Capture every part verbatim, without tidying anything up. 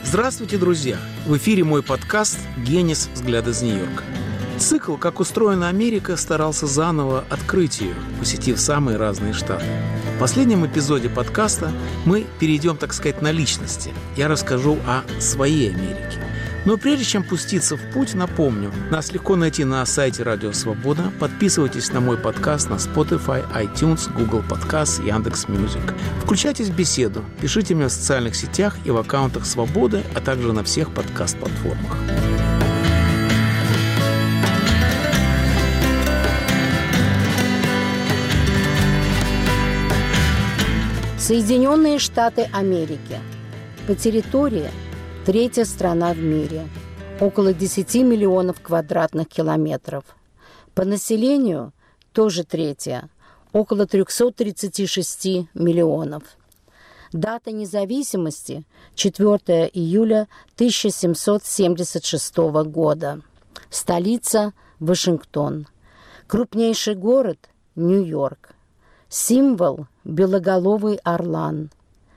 Здравствуйте, друзья! В эфире мой подкаст «Генис. Взгляд из Нью-Йорка». Цикл «Как устроена Америка» старался заново открыть ее, посетив самые разные штаты. В последнем эпизоде подкаста мы перейдем, так сказать, на личности. Я расскажу о своей Америке. Но прежде чем пуститься в путь, напомню, нас легко найти на сайте Радио Свобода. Подписывайтесь на мой подкаст на Spotify, iTunes, Google Podcasts, Яндекс.Мьюзик. Включайтесь в беседу, пишите мне в социальных сетях и в аккаунтах Свободы, а также на всех подкаст-платформах. Соединенные Штаты Америки. По территории третья страна в мире. Около десять миллионов квадратных километров. По населению тоже третья. Около триста тридцать шесть миллионов. Дата независимости – четвёртого июля тысяча семьсот семьдесят шестого года. Столица – Вашингтон. Крупнейший город – Нью-Йорк. Символ – белоголовый орлан.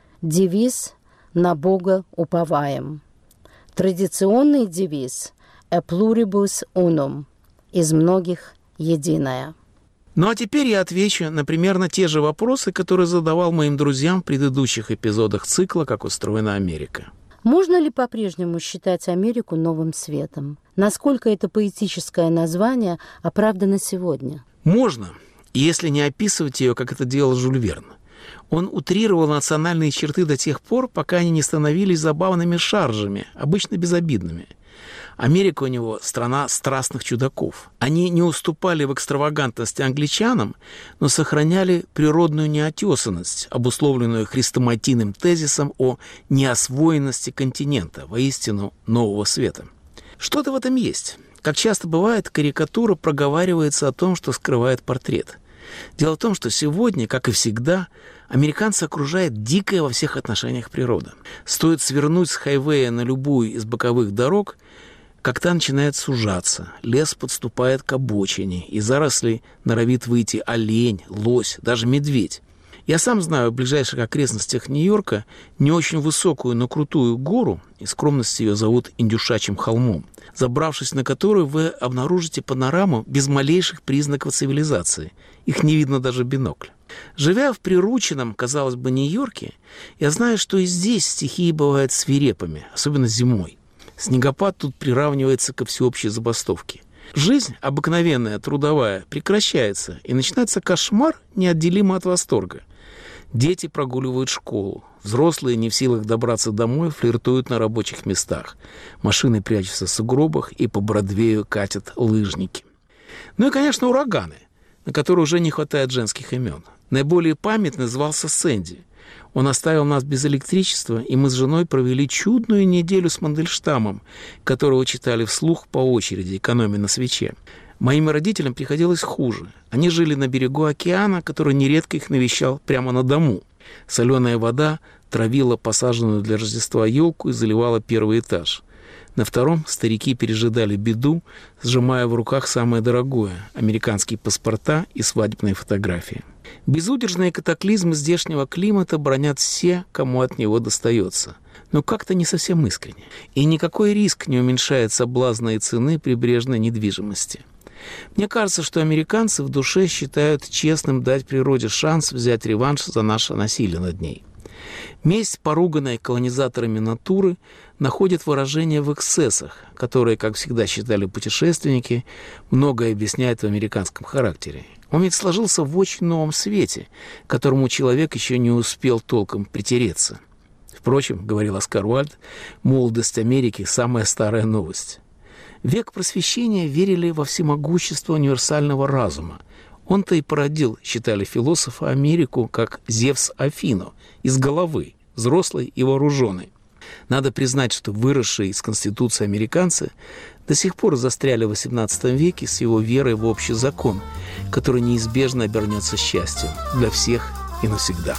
Девиз – «На Бога уповаем». Традиционный девиз «A pluribus unum» – «Из многих единое». Ну а теперь я отвечу на примерно те же вопросы, которые задавал моим друзьям в предыдущих эпизодах цикла «Как устроена Америка». Можно ли по-прежнему считать Америку новым светом? Насколько это поэтическое название оправдано сегодня? Можно, если не описывать ее, как это делал Жюль Верн. Он утрировал национальные черты до тех пор, пока они не становились забавными шаржами, обычно безобидными. Америка у него – страна страстных чудаков. Они не уступали в экстравагантности англичанам, но сохраняли природную неотесанность, обусловленную хрестоматийным тезисом о неосвоенности континента, воистину нового света. Что-то в этом есть. Как часто бывает, карикатура проговаривается о том, что скрывает портрет. Дело в том, что сегодня, как и всегда, американца окружает дикая во всех отношениях природа. Стоит свернуть с хайвея на любую из боковых дорог, как та начинает сужаться, лес подступает к обочине, из зарослей норовит выйти олень, лось, даже медведь. Я сам знаю в ближайших окрестностях Нью-Йорка не очень высокую, но крутую гору, и скромность ее зовут Индюшачьим холмом, забравшись на которую вы обнаружите панораму без малейших признаков цивилизации. Их не видно даже в бинокль. Живя в прирученном, казалось бы, Нью-Йорке, я знаю, что и здесь стихии бывают свирепыми, особенно зимой. Снегопад тут приравнивается ко всеобщей забастовке. Жизнь, обыкновенная, трудовая, прекращается, и начинается кошмар, неотделимо от восторга. Дети прогуливают школу. Взрослые, не в силах добраться домой, флиртуют на рабочих местах. Машины прячутся в сугробах, и по Бродвею катят лыжники. Ну и, конечно, ураганы, на которые уже не хватает женских имен. Наиболее памятный звался Сэнди. Он оставил нас без электричества, и мы с женой провели чудную неделю с Мандельштамом, которого читали вслух по очереди, экономя на свече. Моим родителям приходилось хуже. Они жили на берегу океана, который нередко их навещал прямо на дому. Соленая вода травила посаженную для Рождества елку и заливала первый этаж. На втором старики пережидали беду, сжимая в руках самое дорогое – американские паспорта и свадебные фотографии. Безудержные катаклизмы здешнего климата бронят все, кому от него достается. Но как-то не совсем искренне. И никакой риск не уменьшает соблазна и цены прибрежной недвижимости. Мне кажется, что американцы в душе считают честным дать природе шанс взять реванш за наше насилие над ней. Месть, поруганная колонизаторами натуры, находит выражение в эксцессах, которые, как всегда считали путешественники, многое объясняют в американском характере. Он ведь сложился в очень новом свете, к которому человек еще не успел толком притереться. Впрочем, говорил Оскар Уальд, молодость Америки – самая старая новость. В век просвещения верили во всемогущество универсального разума. Он-то и породил, считали философы, Америку как Зевс Афину, из головы, взрослой и вооруженной. Надо признать, что выросшие из Конституции американцы до сих пор застряли в восемнадцатом веке с его верой в общий закон, который неизбежно обернется счастьем для всех и навсегда.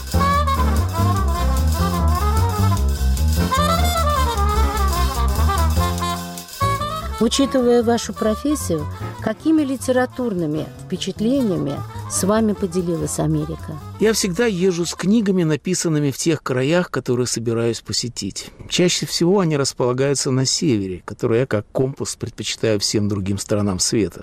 Учитывая вашу профессию, какими литературными впечатлениями с вами поделилась Америка? Я всегда езжу с книгами, написанными в тех краях, которые собираюсь посетить. Чаще всего они располагаются на севере, который я как компас предпочитаю всем другим странам света.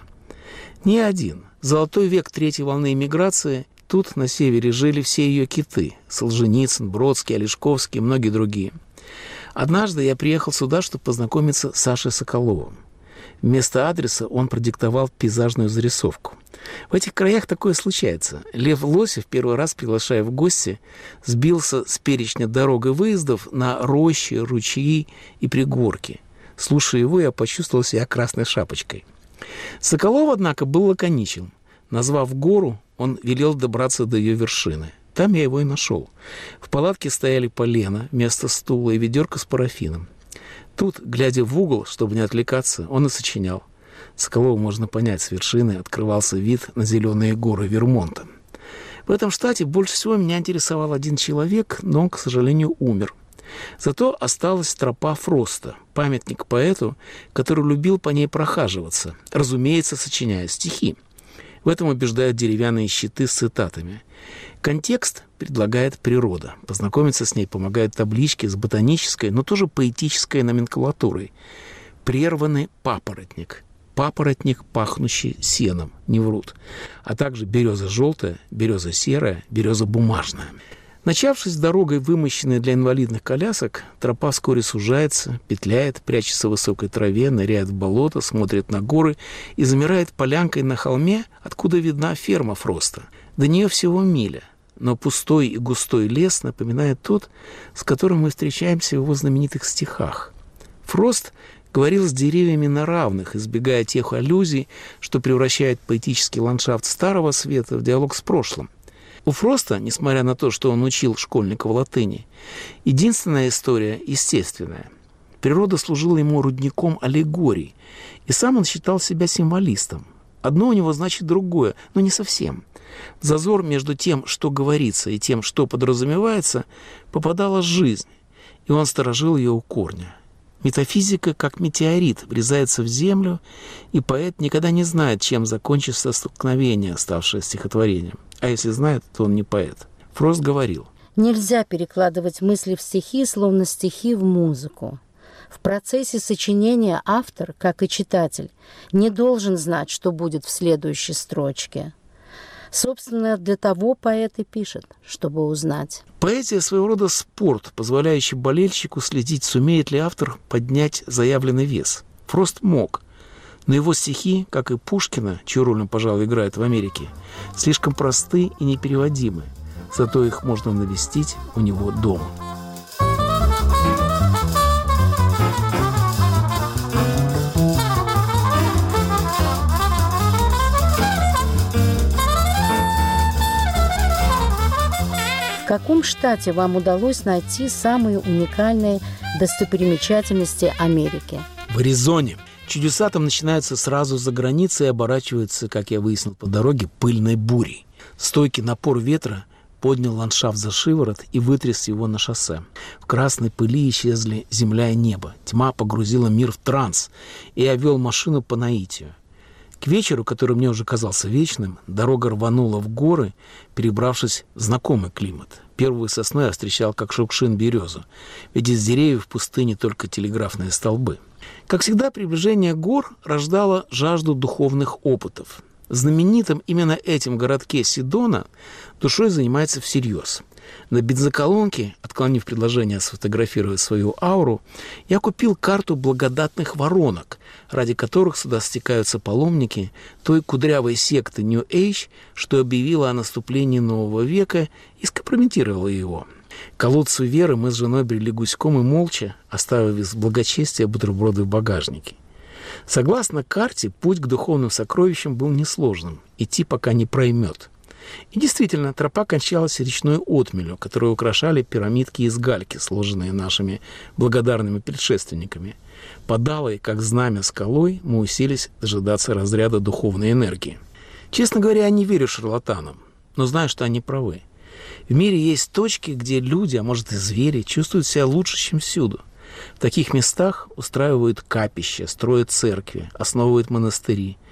Не один. Золотой век третьей волны эмиграции. Тут, на севере, жили все ее киты. Солженицын, Бродский, Олешковский и многие другие. Однажды я приехал сюда, чтобы познакомиться с Сашей Соколовым. Вместо адреса он продиктовал пейзажную зарисовку. В этих краях такое случается. Лев Лосев, первый раз приглашая в гости, сбился с перечня дорог и выездов на рощи, ручьи и пригорки. Слушая его, я почувствовал себя красной шапочкой. Соколов, однако, был лаконичен. Назвав гору, он велел добраться до ее вершины. Там я его и нашел. В палатке стояли полено вместо стула и ведерко с парафином. Тут, глядя в угол, чтобы не отвлекаться, он и сочинял. Соколову можно понять, с вершины открывался вид на зеленые горы Вермонта. В этом штате больше всего меня интересовал один человек, но он, к сожалению, умер. Зато осталась тропа Фроста, памятник поэту, который любил по ней прохаживаться, разумеется, сочиняя стихи. В этом убеждают деревянные щиты с цитатами. Контекст предлагает природа. Познакомиться с ней помогают таблички с ботанической, но тоже поэтической номенклатурой. Прерванный папоротник. Папоротник, пахнущий сеном, не врут. А также береза желтая, береза серая, береза бумажная. Начавшись дорогой, вымощенной для инвалидных колясок, тропа вскоре сужается, петляет, прячется в высокой траве, ныряет в болото, смотрит на горы и замирает полянкой на холме, откуда видна ферма Фроста. До нее всего миля, но пустой и густой лес напоминает тот, с которым мы встречаемся в его знаменитых стихах. Фрост говорил с деревьями на равных, избегая тех аллюзий, что превращает поэтический ландшафт Старого Света в диалог с прошлым. У Фроста, несмотря на то, что он учил школьников латыни, единственная история естественная. Природа служила ему рудником аллегорий, и сам он считал себя символистом. Одно у него значит другое, но не совсем. В зазор между тем, что говорится, и тем, что подразумевается, попадала жизнь, и он сторожил ее у корня. Метафизика, как метеорит, врезается в землю, и поэт никогда не знает, чем закончится столкновение, ставшее стихотворением. А если знает, то он не поэт. Фрост говорил: «Нельзя перекладывать мысли в стихи, словно стихи в музыку. В процессе сочинения автор, как и читатель, не должен знать, что будет в следующей строчке. Собственно, для того поэт и пишет, чтобы узнать». Поэзия — своего рода спорт, позволяющий болельщику следить, сумеет ли автор поднять заявленный вес. Фрост мог. Но его стихи, как и Пушкина, чью роль он, пожалуй, играет в Америке, слишком просты и непереводимы. Зато их можно навестить у него дома. В каком штате вам удалось найти самые уникальные достопримечательности Америки? В Аризоне. Чудеса там начинаются сразу за границей и оборачиваются, как я выяснил по дороге, пыльной бурей. Стойкий напор ветра поднял ландшафт за шиворот и вытряс его на шоссе. В красной пыли исчезли земля и небо. Тьма погрузила мир в транс, и я вел машину по наитию. К вечеру, который мне уже казался вечным, дорога рванула в горы, перебравшись в знакомый климат. Первую сосну я встречал как шукшин березу, ведь из деревьев в пустыне только телеграфные столбы. Как всегда, приближение гор рождало жажду духовных опытов. В знаменитом именно этим городке Сидона душой занимается всерьез. На бензоколонке, отклонив предложение сфотографировать свою ауру, я купил карту благодатных воронок, ради которых сюда стекаются паломники той кудрявой секты New Age, что объявила о наступлении нового века и скомпрометировала его. К колодцу веры мы с женой брели гуськом и молча, оставив из благочестия бутерброды в багажнике. Согласно карте, путь к духовным сокровищам был несложным, идти пока не проймет. И действительно, тропа кончалась речной отмелью, которую украшали пирамидки из гальки, сложенные нашими благодарными предшественниками. Под алой, как знамя скалой, мы уселись дожидаться разряда духовной энергии. Честно говоря, я не верю шарлатанам, но знаю, что они правы. В мире есть точки, где люди, а может и звери, чувствуют себя лучше, чем всюду. В таких местах устраивают капища, строят церкви, основывают монастыри.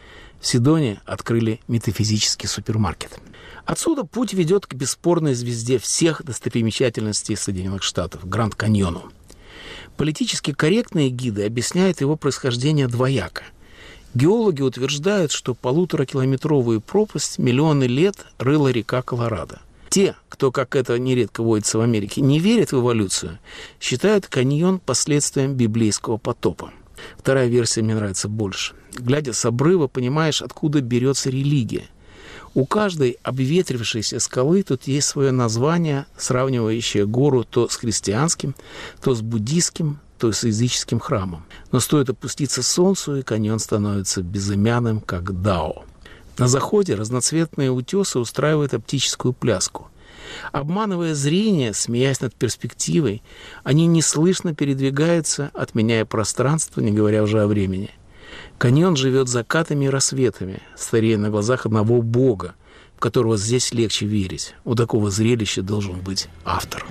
В Сидоне открыли метафизический супермаркет. Отсюда путь ведет к бесспорной звезде всех достопримечательностей Соединенных Штатов – Гранд-Каньону. Политически корректные гиды объясняют его происхождение двояко. Геологи утверждают, что полуторакилометровую пропасть миллионы лет рыла река Колорадо. Те, кто, как это нередко водится в Америке, не верят в эволюцию, считают каньон последствием библейского потопа. Вторая версия мне нравится больше. Глядя с обрыва, понимаешь, откуда берется религия. У каждой обветрившейся скалы тут есть свое название, сравнивающее гору то с христианским, то с буддийским, то с языческим храмом. Но стоит опуститься к солнцу, и каньон становится безымянным, как Дао. На заходе разноцветные утесы устраивают оптическую пляску. Обманывая зрение, смеясь над перспективой, они неслышно передвигаются, отменяя пространство, не говоря уже о времени. Каньон живет закатами и рассветами, старея на глазах одного бога, в которого здесь легче верить. У такого зрелища должен быть автор.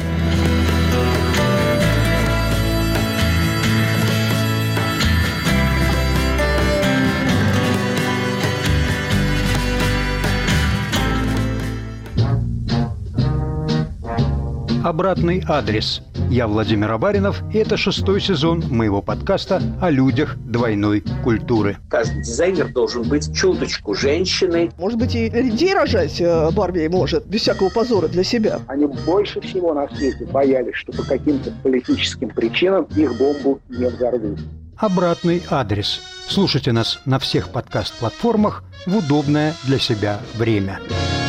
Обратный адрес. Я Владимир Абаринов, и это шестой сезон моего подкаста о людях двойной культуры. Каждый дизайнер должен быть чуточку женщиной. Может быть, и людей рожать Барби может, без всякого позора для себя. Они больше всего на свете боялись, что по каким-то политическим причинам их бомбу не взорвут. Обратный адрес. Слушайте нас на всех подкаст-платформах в удобное для себя время.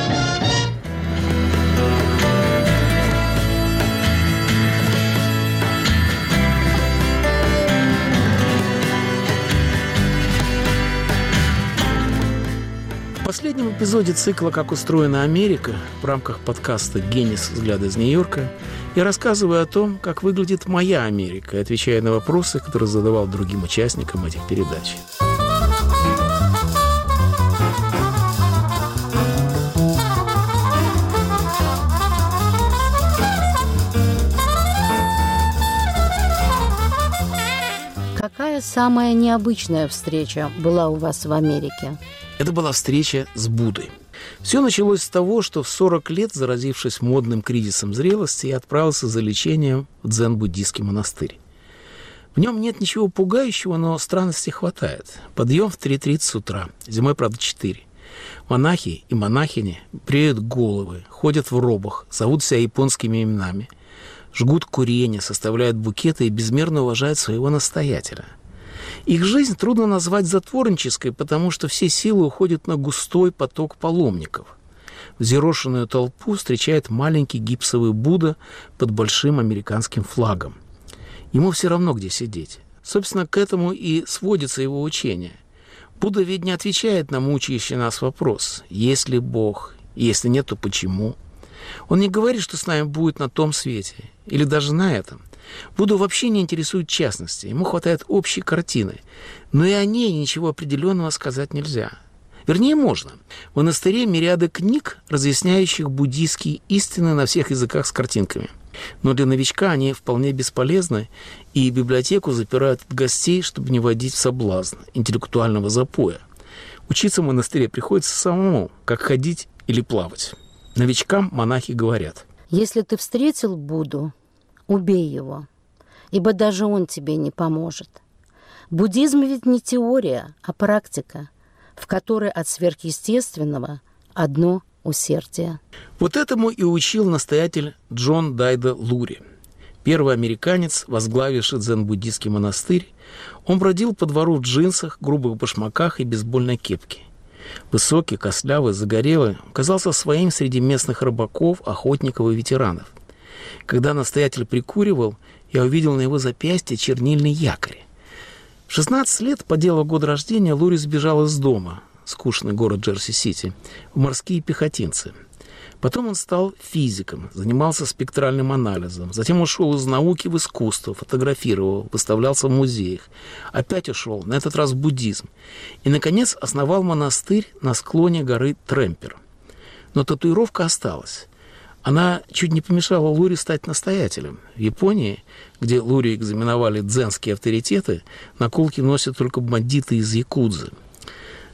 В последнем эпизоде цикла «Как устроена Америка» в рамках подкаста «Генис. Взгляд из Нью-Йорка» я рассказываю о том, как выглядит моя Америка, и отвечаю на вопросы, которые задавал другим участникам этих передач. Какая самая необычная встреча была у вас в Америке? Это была встреча с Буддой. Все началось с того, что в сорок лет, заразившись модным кризисом зрелости, я отправился за лечением в дзен-буддийский монастырь. В нем нет ничего пугающего, но странностей хватает. Подъем в три тридцать утра, зимой, правда, четыре. Монахи и монахини бреют головы, ходят в робах, зовут себя японскими именами, жгут курение, составляют букеты и безмерно уважают своего настоятеля. Их жизнь трудно назвать затворнической, потому что все силы уходят на густой поток паломников. Взъерошенную толпу встречает маленький гипсовый Будда под большим американским флагом. Ему все равно, где сидеть. Собственно, к этому и сводится его учение. Будда ведь не отвечает на мучающий нас вопрос: есть ли Бог, если нет, то почему? Он не говорит, что с нами будет на том свете, или даже на этом. Будду вообще не интересует частности, ему хватает общей картины, но и о ней ничего определенного сказать нельзя. Вернее, можно. В монастыре мириады книг, разъясняющих буддийские истины на всех языках с картинками. Но для новичка они вполне бесполезны, и библиотеку запирают от гостей, чтобы не вводить в соблазн интеллектуального запоя. Учиться в монастыре приходится самому, как ходить или плавать. Новичкам монахи говорят: если ты встретил Будду, убей его, ибо даже он тебе не поможет. Буддизм ведь не теория, а практика, в которой от сверхъестественного одно усердие. Вот этому и учил настоятель Джон Дайда Лури. Первый американец, возглавивший дзен-буддийский монастырь. Он бродил по двору в джинсах, грубых башмаках и бейсбольной кепке. Высокий, костлявый, загорелый, казался своим среди местных рыбаков, охотников и ветеранов. Когда настоятель прикуривал, я увидел на его запястье чернильный якорь. В шестнадцать лет, по делу года рождения, Лури сбежал из дома, скучный город Джерси-Сити, в морские пехотинцы. Потом он стал физиком, занимался спектральным анализом. Затем ушел из науки в искусство, фотографировал, выставлялся в музеях. Опять ушел, на этот раз в буддизм. И, наконец, основал монастырь на склоне горы Тремпер. Но татуировка осталась. Она чуть не помешала Лури стать настоятелем. В Японии, где Лури экзаменовали дзенские авторитеты, наколки носят только бандиты из якудзы.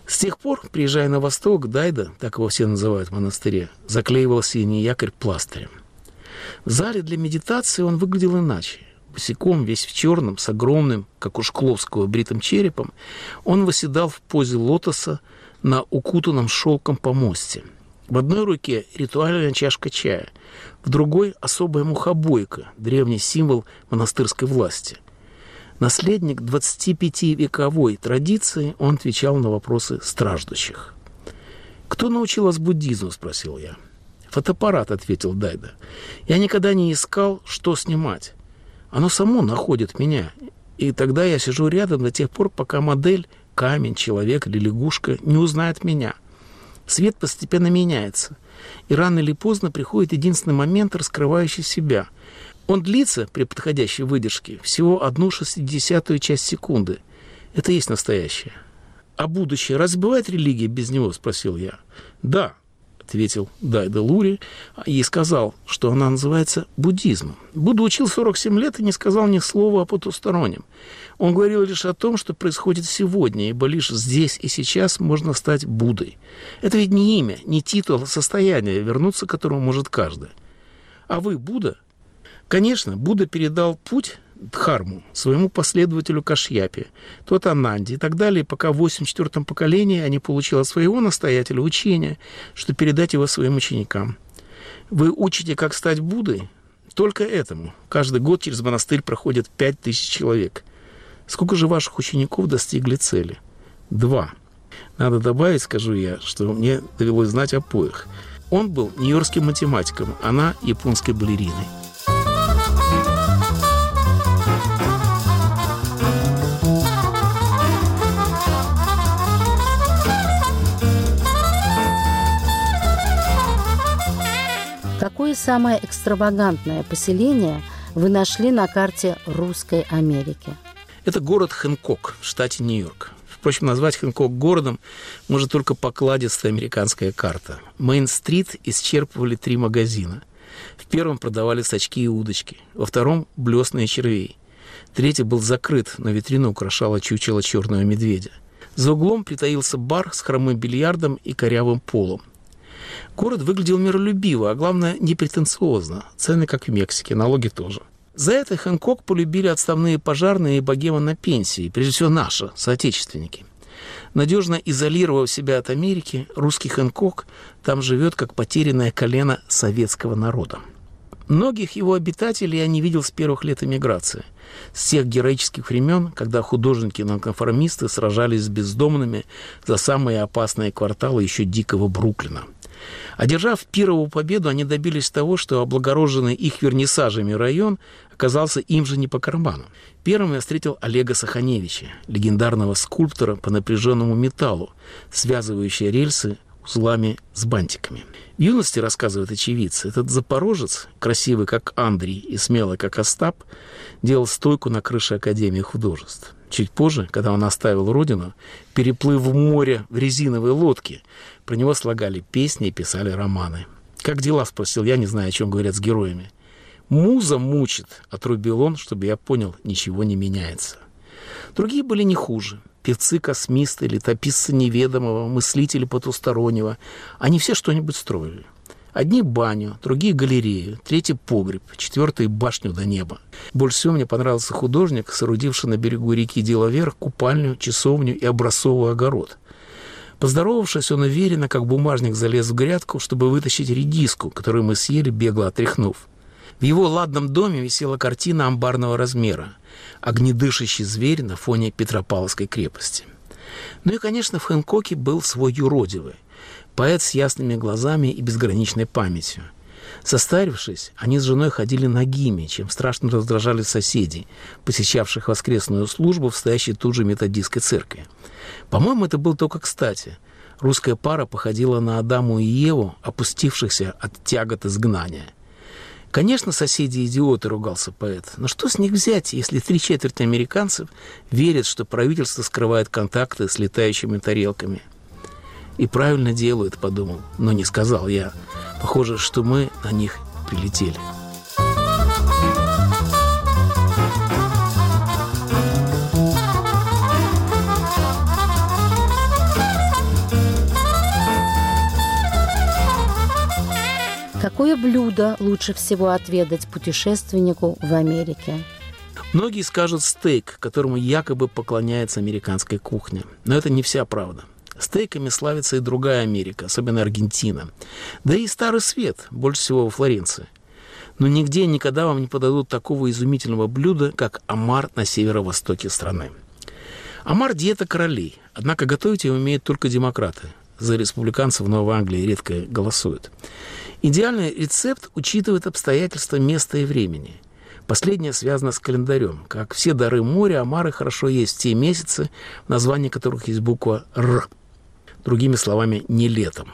С тех пор, приезжая на восток, Дайда, так его все называют в монастыре, заклеивал синий якорь пластырем. В зале для медитации он выглядел иначе. Босиком, весь в черном, с огромным, как у Шкловского, бритым черепом, он восседал в позе лотоса на укутанном шелком помосте. В одной руке ритуальная чашка чая, в другой – особая мухобойка, древний символ монастырской власти. Наследник двадцатипятивековой традиции, он отвечал на вопросы страждущих. «Кто научил вас буддизму?» – спросил я. «Фотоаппарат», – ответил Дайда. «Я никогда не искал, что снимать. Оно само находит меня, и тогда я сижу рядом до тех пор, пока модель, камень, человек или лягушка не узнает меня. Свет постепенно меняется, и рано или поздно приходит единственный момент, раскрывающий себя. Он длится при подходящей выдержке всего одну шестидесятую часть секунды. Это и есть настоящее». «А будущее? Разве бывает религия без него?» – спросил я. «Да», – ответил Дайда Лури и сказал, что она называется буддизмом. Будда учил сорок семь лет и не сказал ни слова о потустороннем. Он говорил лишь о том, что происходит сегодня, ибо лишь здесь и сейчас можно стать Буддой. Это ведь не имя, не титул, а состояние, вернуться к которому может каждый. А вы Будда? Конечно, Будда передал путь Дхарму своему последователю Кашьяпе, тот Ананде и так далее, пока в восемьдесят четвёртом поколении они получили от своего настоятеля учение, что передать его своим ученикам. Вы учите, как стать Буддой? Только этому. Каждый год через монастырь проходят пять тысяч человек. Сколько же ваших учеников достигли цели? Два. Надо добавить, скажу я, что мне довелось знать о поях. Он был нью-йоркским математиком, она японской балериной. Какое самое экстравагантное поселение вы нашли на карте Русской Америки? Это город Хэнкок в штате Нью-Йорк. Впрочем, назвать Хэнкок городом может только покладистая американская карта. Мейн-стрит исчерпывали три магазина. В первом продавали сачки и удочки, во втором – блесна и червей. Третий был закрыт, но витрину украшало чучело черного медведя. За углом притаился бар с хромым бильярдом и корявым полом. Город выглядел миролюбиво, а главное, непретенциозно. Цены, как в Мексике, налоги тоже. За это Хэнкок полюбили отставные пожарные и богема на пенсии, прежде всего наши, соотечественники. Надежно изолировав себя от Америки, русский Хэнкок там живет как потерянное колено советского народа. Многих его обитателей я не видел с первых лет эмиграции, с тех героических времен, когда художники-нонконформисты сражались с бездомными за самые опасные кварталы еще дикого Бруклина. Одержав пировую победу, они добились того, что облагороженный их вернисажами район оказался им же не по карману. Первым я встретил Олега Саханевича, легендарного скульптора по напряженному металлу, связывающего рельсы узлами с бантиками. В юности, рассказывают очевидцы, этот запорожец, красивый как Андрей и смелый как Остап, делал стойку на крыше Академии художеств. Чуть позже, когда он оставил родину, переплыв в море в резиновой лодке, про него слагали песни и писали романы. «Как дела?» – спросил я, не зная, о чем говорят с героями. «Муза мучит», – отрубил он, чтобы я понял, ничего не меняется. Другие были не хуже. Певцы-космисты, летописцы неведомого, мыслители потустороннего. Они все что-нибудь строили. Одни баню, другие галерею, третий погреб, четвертый башню до неба. Больше всего мне понравился художник, соорудивший на берегу реки Делавер купальню, часовню и образцовый огород. Поздоровавшись, он уверенно, как бумажник, залез в грядку, чтобы вытащить редиску, которую мы съели, бегло отряхнув. В его ладном доме висела картина амбарного размера «Огнедышащий зверь на фоне Петропавловской крепости». Ну и, конечно, в Хэнкоке был свой юродивый. Поэт с ясными глазами и безграничной памятью. Состарившись, они с женой ходили нагими, чем страшно раздражали соседей, посещавших воскресную службу в стоящей тут же методистской церкви. По-моему, это было только кстати. Русская пара походила на Адаму и Еву, опустившихся от тягот изгнания. Конечно, соседи идиоты, ругался поэт, но что с них взять, если три четверти американцев верят, что правительство скрывает контакты с летающими тарелками? И правильно делают, подумал, но не сказал я. Похоже, что мы на них прилетели. Какое блюдо лучше всего отведать путешественнику в Америке? Многие скажут стейк, которому якобы поклоняется американская кухня. Но это не вся правда. Стейками славится и другая Америка, особенно Аргентина. Да и Старый Свет, больше всего во Флоренции. Но нигде никогда вам не подадут такого изумительного блюда, как омар на северо-востоке страны. Омар – диета королей, однако готовить его умеют только демократы. За республиканцев в Новой Англии редко голосуют. Идеальный рецепт учитывает обстоятельства места и времени. Последнее связано с календарем. Как все дары моря, омары хорошо есть в те месяцы, в названии которых есть буква «Р». Другими словами, не летом.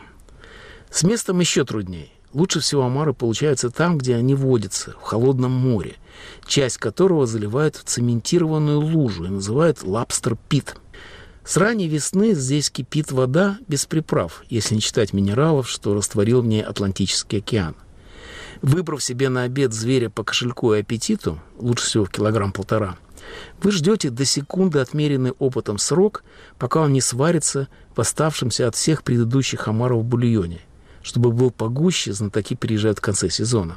С местом еще труднее. Лучше всего омары получаются там, где они водятся, в холодном море, часть которого заливают в цементированную лужу и называют лобстер-пит. С ранней весны здесь кипит вода без приправ, если не считать минералов, что растворил в ней Атлантический океан. Выбрав себе на обед зверя по кошельку и аппетиту, лучше всего в килограмм-полтора, вы ждете до секунды отмеренный опытом срок, пока он не сварится в оставшемся от всех предыдущих омаров в бульоне. Чтобы был погуще, знатоки приезжают в конце сезона.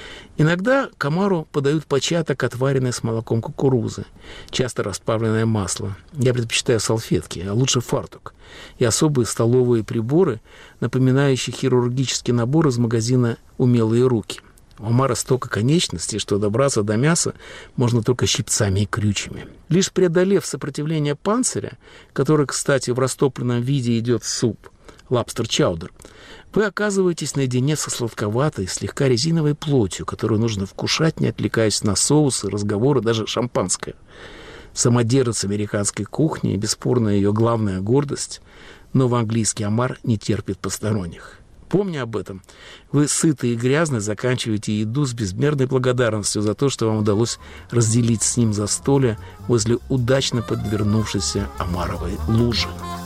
Иногда к омару подают початок, отваренный с молоком кукурузы, часто расплавленное масло. Я предпочитаю салфетки, а лучше фартук. И особые столовые приборы, напоминающие хирургический набор из магазина «Умелые руки». У омара столько конечностей, что добраться до мяса можно только щипцами и крючьями. Лишь преодолев сопротивление панциря, который, кстати, в растопленном виде идет в суп, лобстер-чаудер, вы оказываетесь наедине со сладковатой, слегка резиновой плотью, которую нужно вкушать, не отвлекаясь на соусы, разговоры, даже шампанское. Самодержец американской кухни и, бесспорно, ее главная гордость, новоанглийский омар не терпит посторонних. Помня об этом, вы, сытые и грязные, заканчиваете еду с безмерной благодарностью за то, что вам удалось разделить с ним застолье возле удачно подвернувшейся омаровой лужи.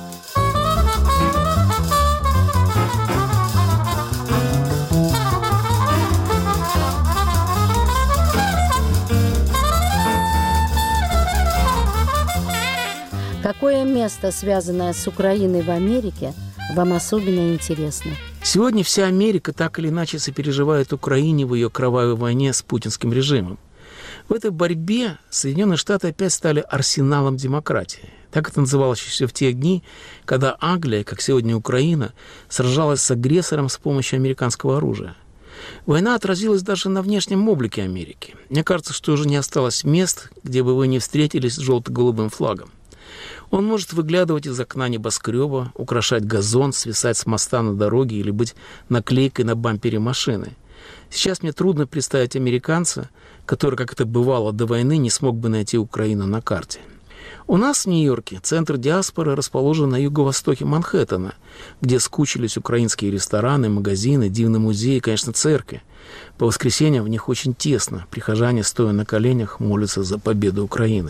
Какое место, связанное с Украиной в Америке, вам особенно интересно? Сегодня вся Америка так или иначе сопереживает Украине в ее кровавой войне с путинским режимом. В этой борьбе Соединенные Штаты опять стали арсеналом демократии. Так это называлось еще в те дни, когда Англия, как сегодня Украина, сражалась с агрессором с помощью американского оружия. Война отразилась даже на внешнем облике Америки. Мне кажется, что уже не осталось мест, где бы вы не встретились с желто-голубым флагом. Он может выглядывать из окна небоскреба, украшать газон, свисать с моста на дороге или быть наклейкой на бампере машины. Сейчас мне трудно представить американца, который, как это бывало до войны, не смог бы найти Украину на карте. У нас в Нью-Йорке центр диаспоры расположен на юго-востоке Манхэттена, где скучились украинские рестораны, магазины, дивный музей и, конечно, церкви. По воскресеньям в них очень тесно. Прихожане, стоя на коленях, молятся за победу Украины.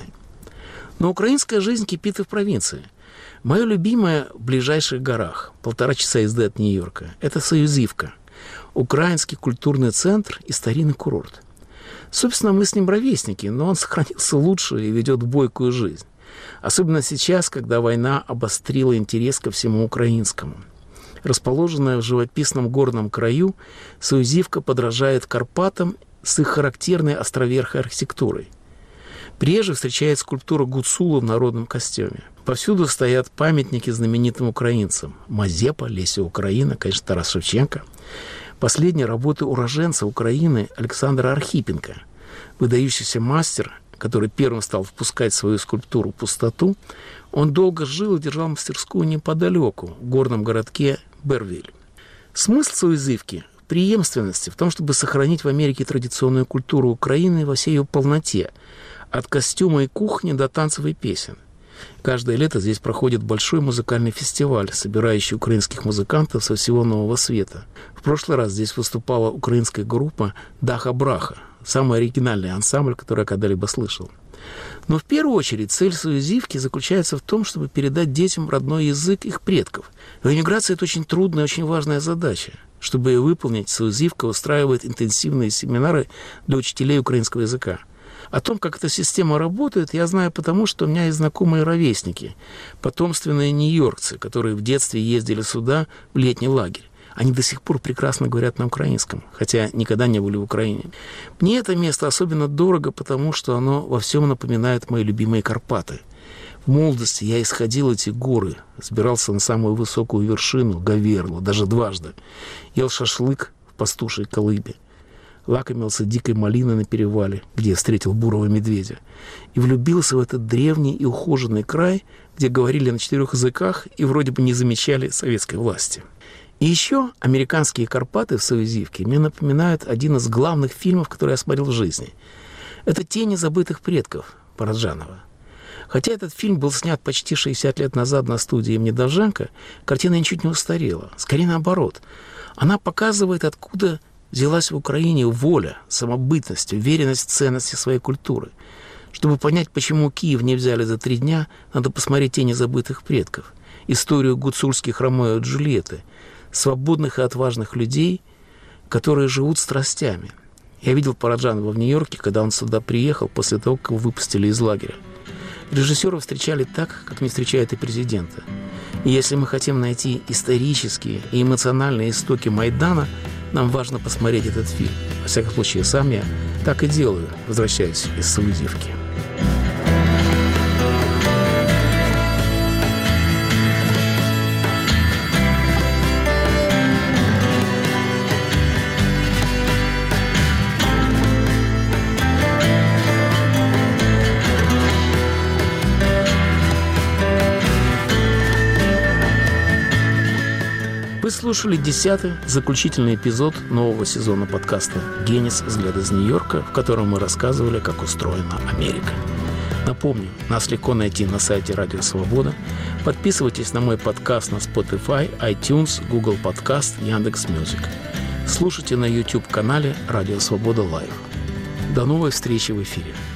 Но украинская жизнь кипит и в провинции. Мое любимое в ближайших горах, полтора часа езды от Нью-Йорка, это Союзивка, украинский культурный центр и старинный курорт. Собственно, мы с ним ровесники, но он сохранился лучше и ведет бойкую жизнь. Особенно сейчас, когда война обострила интерес ко всему украинскому. Расположенная в живописном горном краю, Союзивка подражает Карпатам с их характерной островерхой архитектурой. Приезжий встречает скульптуру Гуцула в народном костюме. Повсюду стоят памятники знаменитым украинцам. Мазепа, Леся Украина, конечно, Тарас Шевченко. Последние работы уроженца Украины Александра Архипенко. Выдающийся мастер, который первым стал впускать свою скульптуру в пустоту, он долго жил и держал мастерскую неподалеку, в горном городке Бервиль. Смысл Союзивки в преемственности, в том, чтобы сохранить в Америке традиционную культуру Украины во всей ее полноте, от костюма и кухни до танцев и песен. Каждое лето здесь проходит большой музыкальный фестиваль, собирающий украинских музыкантов со всего Нового Света. В прошлый раз здесь выступала украинская группа «Даха-Браха», самый оригинальный ансамбль, который я когда-либо слышал. Но в первую очередь цель Союзивки заключается в том, чтобы передать детям родной язык их предков. В эмиграции это очень трудная и очень важная задача. Чтобы ее выполнить, Союзивка устраивает интенсивные семинары для учителей украинского языка. О том, как эта система работает, я знаю потому, что у меня есть знакомые ровесники, потомственные нью-йоркцы, которые в детстве ездили сюда в летний лагерь. Они до сих пор прекрасно говорят на украинском, хотя никогда не были в Украине. Мне это место особенно дорого, потому что оно во всем напоминает мои любимые Карпаты. В молодости я исходил эти горы, взбирался на самую высокую вершину, Говерлу, даже дважды. Ел шашлык в пастушьей колыбе. Лакомился дикой малиной на перевале, где я встретил бурого медведя, и влюбился в этот древний и ухоженный край, где говорили на четырех языках и вроде бы не замечали советской власти. И еще «Американские Карпаты» в Союзивке мне напоминают один из главных фильмов, который я смотрел в жизни. Это «Тени забытых предков» Параджанова. Хотя этот фильм был снят почти шестьдесят лет назад на студии имени Довженко, картина ничуть не устарела. Скорее наоборот. Она показывает, откуда взялась в Украине воля, самобытность, уверенность в ценности своей культуры. Чтобы понять, почему Киев не взяли за три дня, надо посмотреть «Тени забытых предков», историю гуцульских Ромео и Джульетты, свободных и отважных людей, которые живут страстями. Я видел Параджанова в Нью-Йорке, когда он сюда приехал после того, как его выпустили из лагеря. Режиссера встречали так, как не встречают и президента. И если мы хотим найти исторические и эмоциональные истоки Майдана, нам важно посмотреть этот фильм. Во всяком случае, сам я так и делаю, возвращаясь из Союзивки. Вы слушали десятый, заключительный эпизод нового сезона подкаста «Генис. Взгляд из Нью-Йорка», в котором мы рассказывали, как устроена Америка. Напомню, нас легко найти на сайте Радио Свобода. Подписывайтесь на мой подкаст на Spotify, iTunes, Google Podcast, Яндекс.Мьюзик. Слушайте на YouTube-канале Радио Свобода Лайв. До новой встречи в эфире.